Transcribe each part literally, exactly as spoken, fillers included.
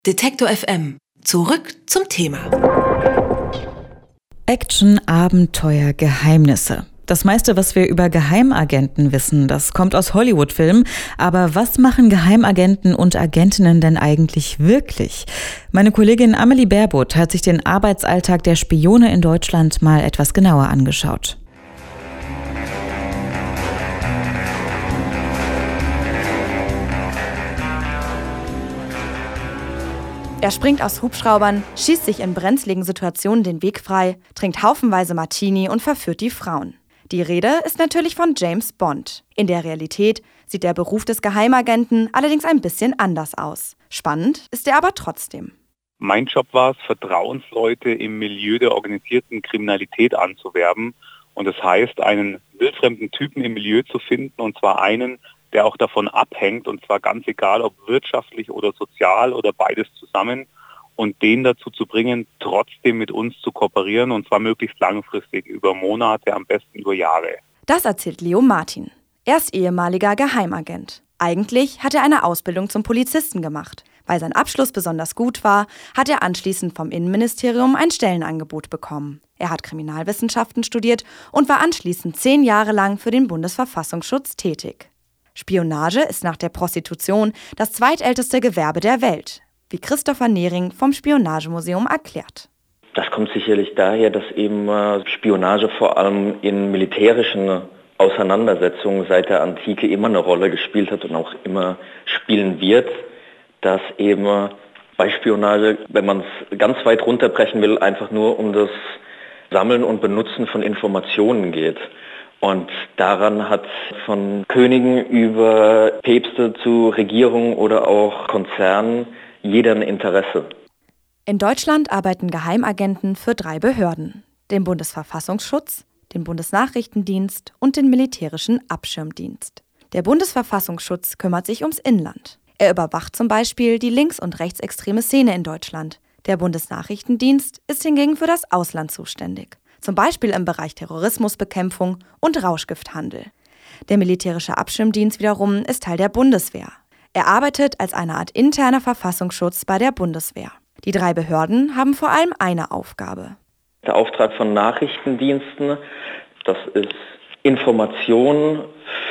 Detektor F M. Zurück zum Thema. Action, Abenteuer, Geheimnisse. Das meiste, was wir über Geheimagenten wissen, das kommt aus Hollywood-Filmen. Aber was machen Geheimagenten und Agentinnen denn eigentlich wirklich? Meine Kollegin Amelie Baerbuth hat sich den Arbeitsalltag der Spione in Deutschland mal etwas genauer angeschaut. Er springt aus Hubschraubern, schießt sich in brenzligen Situationen den Weg frei, trinkt haufenweise Martini und verführt die Frauen. Die Rede ist natürlich von James Bond. In der Realität sieht der Beruf des Geheimagenten allerdings ein bisschen anders aus. Spannend ist er aber trotzdem. Mein Job war es, Vertrauensleute im Milieu der organisierten Kriminalität anzuwerben. Und das heißt, einen wildfremden Typen im Milieu zu finden, und zwar einen, der auch davon abhängt, und zwar ganz egal, ob wirtschaftlich oder sozial oder beides zusammen, und den dazu zu bringen, trotzdem mit uns zu kooperieren, und zwar möglichst langfristig, über Monate, am besten über Jahre. Das erzählt Leo Martin. Er ist ehemaliger Geheimagent. Eigentlich hat er eine Ausbildung zum Polizisten gemacht. Weil sein Abschluss besonders gut war, hat er anschließend vom Innenministerium ein Stellenangebot bekommen. Er hat Kriminalwissenschaften studiert und war anschließend zehn Jahre lang für den Bundesverfassungsschutz tätig. Spionage ist nach der Prostitution das zweitälteste Gewerbe der Welt, wie Christopher Nehring vom Spionagemuseum erklärt. Das kommt sicherlich daher, dass eben Spionage vor allem in militärischen Auseinandersetzungen seit der Antike immer eine Rolle gespielt hat und auch immer spielen wird, dass eben bei Spionage, wenn man es ganz weit runterbrechen will, einfach nur um das Sammeln und Benutzen von Informationen geht. Und daran hat von Königen über Päpste zu Regierungen oder auch Konzernen jeder ein Interesse. In Deutschland arbeiten Geheimagenten für drei Behörden: den Bundesverfassungsschutz, den Bundesnachrichtendienst und den militärischen Abschirmdienst. Der Bundesverfassungsschutz kümmert sich ums Inland. Er überwacht zum Beispiel die links- und rechtsextreme Szene in Deutschland. Der Bundesnachrichtendienst ist hingegen für das Ausland zuständig. Zum Beispiel im Bereich Terrorismusbekämpfung und Rauschgifthandel. Der militärische Abschirmdienst wiederum ist Teil der Bundeswehr. Er arbeitet als eine Art interner Verfassungsschutz bei der Bundeswehr. Die drei Behörden haben vor allem eine Aufgabe. Der Auftrag von Nachrichtendiensten, das ist Informationen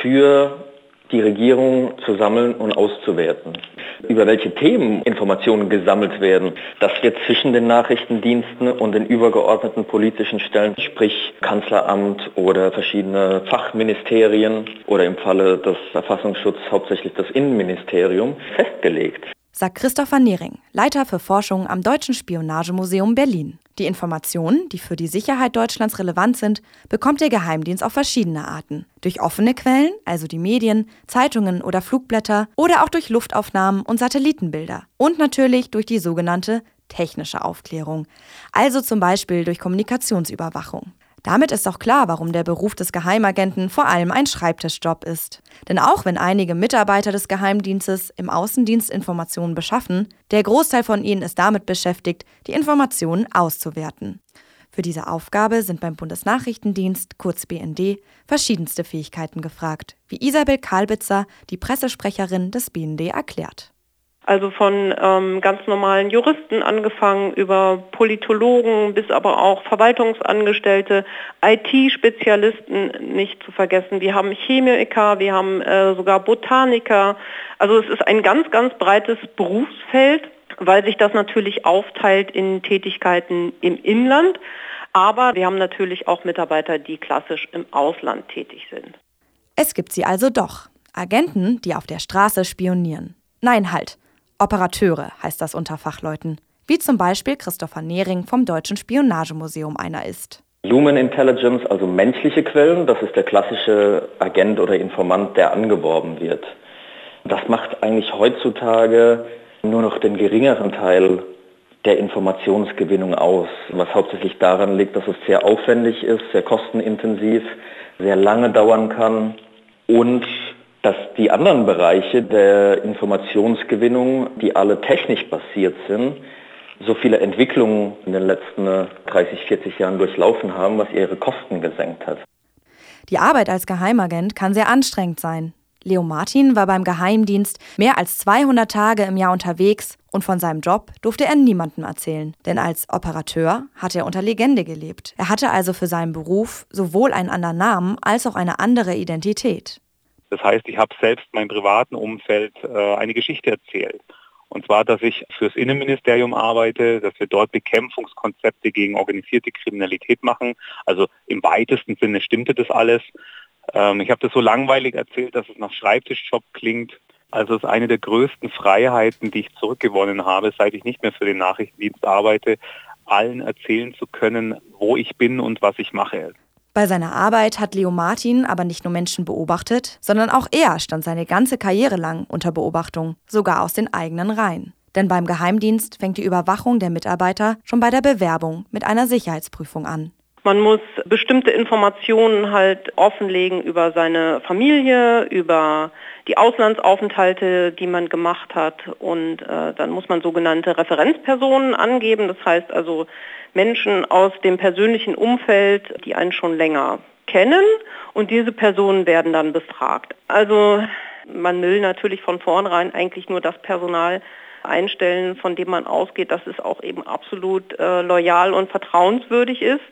für die Regierung zu sammeln und auszuwerten. Über welche Themen Informationen gesammelt werden, das wird zwischen den Nachrichtendiensten und den übergeordneten politischen Stellen, sprich Kanzleramt oder verschiedene Fachministerien oder im Falle des Verfassungsschutzes hauptsächlich das Innenministerium, festgelegt. Sagt Christopher Nehring, Leiter für Forschung am Deutschen Spionagemuseum Berlin. Die Informationen, die für die Sicherheit Deutschlands relevant sind, bekommt der Geheimdienst auf verschiedene Arten. Durch offene Quellen, also die Medien, Zeitungen oder Flugblätter, oder auch durch Luftaufnahmen und Satellitenbilder. Und natürlich durch die sogenannte technische Aufklärung, also zum Beispiel durch Kommunikationsüberwachung. Damit ist auch klar, warum der Beruf des Geheimagenten vor allem ein Schreibtischjob ist. Denn auch wenn einige Mitarbeiter des Geheimdienstes im Außendienst Informationen beschaffen, der Großteil von ihnen ist damit beschäftigt, die Informationen auszuwerten. Für diese Aufgabe sind beim Bundesnachrichtendienst, kurz B N D, verschiedenste Fähigkeiten gefragt, wie Isabel Kalbitzer, die Pressesprecherin des B N D, erklärt. Also von ähm, ganz normalen Juristen angefangen über Politologen bis aber auch Verwaltungsangestellte, I T-Spezialisten nicht zu vergessen. Wir haben Chemiker, wir haben äh, sogar Botaniker. Also es ist ein ganz, ganz breites Berufsfeld, weil sich das natürlich aufteilt in Tätigkeiten im Inland. Aber wir haben natürlich auch Mitarbeiter, die klassisch im Ausland tätig sind. Es gibt sie also doch. Agenten, die auf der Straße spionieren. Nein, halt. Operateure heißt das unter Fachleuten, wie zum Beispiel Christopher Nehring vom Deutschen Spionagemuseum einer ist. Human Intelligence, also menschliche Quellen, das ist der klassische Agent oder Informant, der angeworben wird. Das macht eigentlich heutzutage nur noch den geringeren Teil der Informationsgewinnung aus, was hauptsächlich daran liegt, dass es sehr aufwendig ist, sehr kostenintensiv, sehr lange dauern kann und dass die anderen Bereiche der Informationsgewinnung, die alle technisch basiert sind, so viele Entwicklungen in den letzten dreißig, vierzig Jahren durchlaufen haben, was ihre Kosten gesenkt hat. Die Arbeit als Geheimagent kann sehr anstrengend sein. Leo Martin war beim Geheimdienst mehr als zweihundert Tage im Jahr unterwegs und von seinem Job durfte er niemandem erzählen. Denn als Operateur hat er unter Legende gelebt. Er hatte also für seinen Beruf sowohl einen anderen Namen als auch eine andere Identität. Das heißt, ich habe selbst meinem privaten Umfeld äh, eine Geschichte erzählt. Und zwar, dass ich fürs Innenministerium arbeite, dass wir dort Bekämpfungskonzepte gegen organisierte Kriminalität machen. Also im weitesten Sinne stimmte das alles. Ähm, ich habe das so langweilig erzählt, dass es nach Schreibtischjob klingt. Also es ist eine der größten Freiheiten, die ich zurückgewonnen habe, seit ich nicht mehr für den Nachrichtendienst arbeite, allen erzählen zu können, wo ich bin und was ich mache. Bei seiner Arbeit hat Leo Martin aber nicht nur Menschen beobachtet, sondern auch er stand seine ganze Karriere lang unter Beobachtung, sogar aus den eigenen Reihen. Denn beim Geheimdienst fängt die Überwachung der Mitarbeiter schon bei der Bewerbung mit einer Sicherheitsprüfung an. Man muss bestimmte Informationen halt offenlegen über seine Familie, über die Auslandsaufenthalte, die man gemacht hat. Und äh, dann muss man sogenannte Referenzpersonen angeben. Das heißt also Menschen aus dem persönlichen Umfeld, die einen schon länger kennen. Und diese Personen werden dann befragt. Also man will natürlich von vornherein eigentlich nur das Personal einstellen, von dem man ausgeht, dass es auch eben absolut äh, loyal und vertrauenswürdig ist.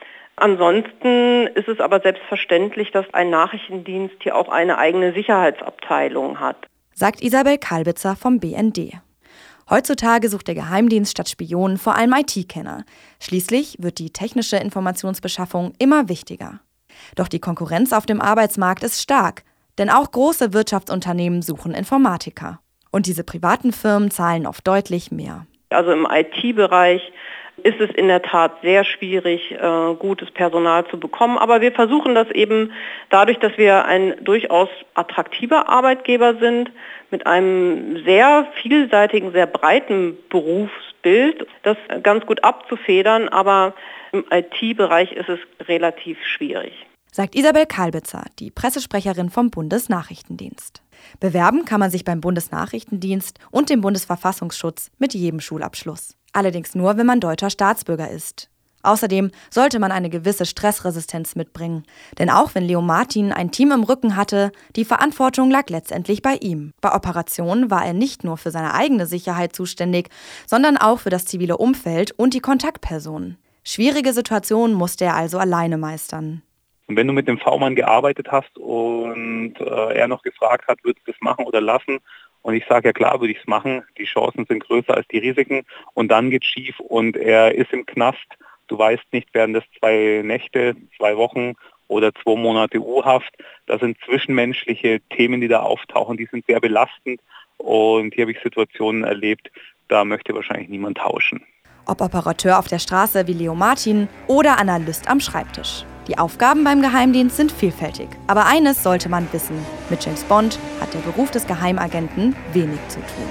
Ansonsten ist es aber selbstverständlich, dass ein Nachrichtendienst hier auch eine eigene Sicherheitsabteilung hat, sagt Isabel Kalbitzer vom B N D. Heutzutage sucht der Geheimdienst statt Spionen vor allem I T-Kenner. Schließlich wird die technische Informationsbeschaffung immer wichtiger. Doch die Konkurrenz auf dem Arbeitsmarkt ist stark, denn auch große Wirtschaftsunternehmen suchen Informatiker. Und diese privaten Firmen zahlen oft deutlich mehr. Also im I T-Bereich ist es in der Tat sehr schwierig, äh, gutes Personal zu bekommen. Aber wir versuchen das eben dadurch, dass wir ein durchaus attraktiver Arbeitgeber sind, mit einem sehr vielseitigen, sehr breiten Berufsbild, das ganz gut abzufedern. Aber im I T-Bereich ist es relativ schwierig, sagt Isabel Kalbitzer, die Pressesprecherin vom Bundesnachrichtendienst. Bewerben kann man sich beim Bundesnachrichtendienst und dem Bundesverfassungsschutz mit jedem Schulabschluss. Allerdings nur, wenn man deutscher Staatsbürger ist. Außerdem sollte man eine gewisse Stressresistenz mitbringen. Denn auch wenn Leo Martin ein Team im Rücken hatte, die Verantwortung lag letztendlich bei ihm. Bei Operationen war er nicht nur für seine eigene Sicherheit zuständig, sondern auch für das zivile Umfeld und die Kontaktpersonen. Schwierige Situationen musste er also alleine meistern. Und wenn du mit dem V-Mann gearbeitet hast und äh, er noch gefragt hat, würdest du das machen oder lassen? Und ich sage, ja klar, würde ich es machen. Die Chancen sind größer als die Risiken. Und dann geht es schief und er ist im Knast. Du weißt nicht, werden das zwei Nächte, zwei Wochen oder zwei Monate U-Haft. Das sind zwischenmenschliche Themen, die da auftauchen. Die sind sehr belastend. Und hier habe ich Situationen erlebt, da möchte wahrscheinlich niemand tauschen. Ob Operateur auf der Straße wie Leo Martin oder Analyst am Schreibtisch. Die Aufgaben beim Geheimdienst sind vielfältig. Aber eines sollte man wissen: Mit James Bond hat der Beruf des Geheimagenten wenig zu tun.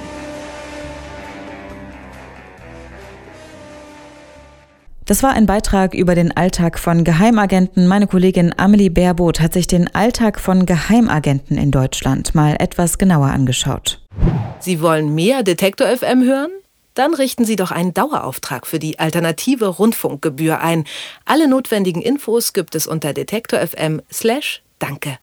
Das war ein Beitrag über den Alltag von Geheimagenten. Meine Kollegin Amelie Baerboth hat sich den Alltag von Geheimagenten in Deutschland mal etwas genauer angeschaut. Sie wollen mehr Detektor F M hören? Dann richten Sie doch einen Dauerauftrag für die alternative Rundfunkgebühr ein. Alle notwendigen Infos gibt es unter detektor F M slash danke.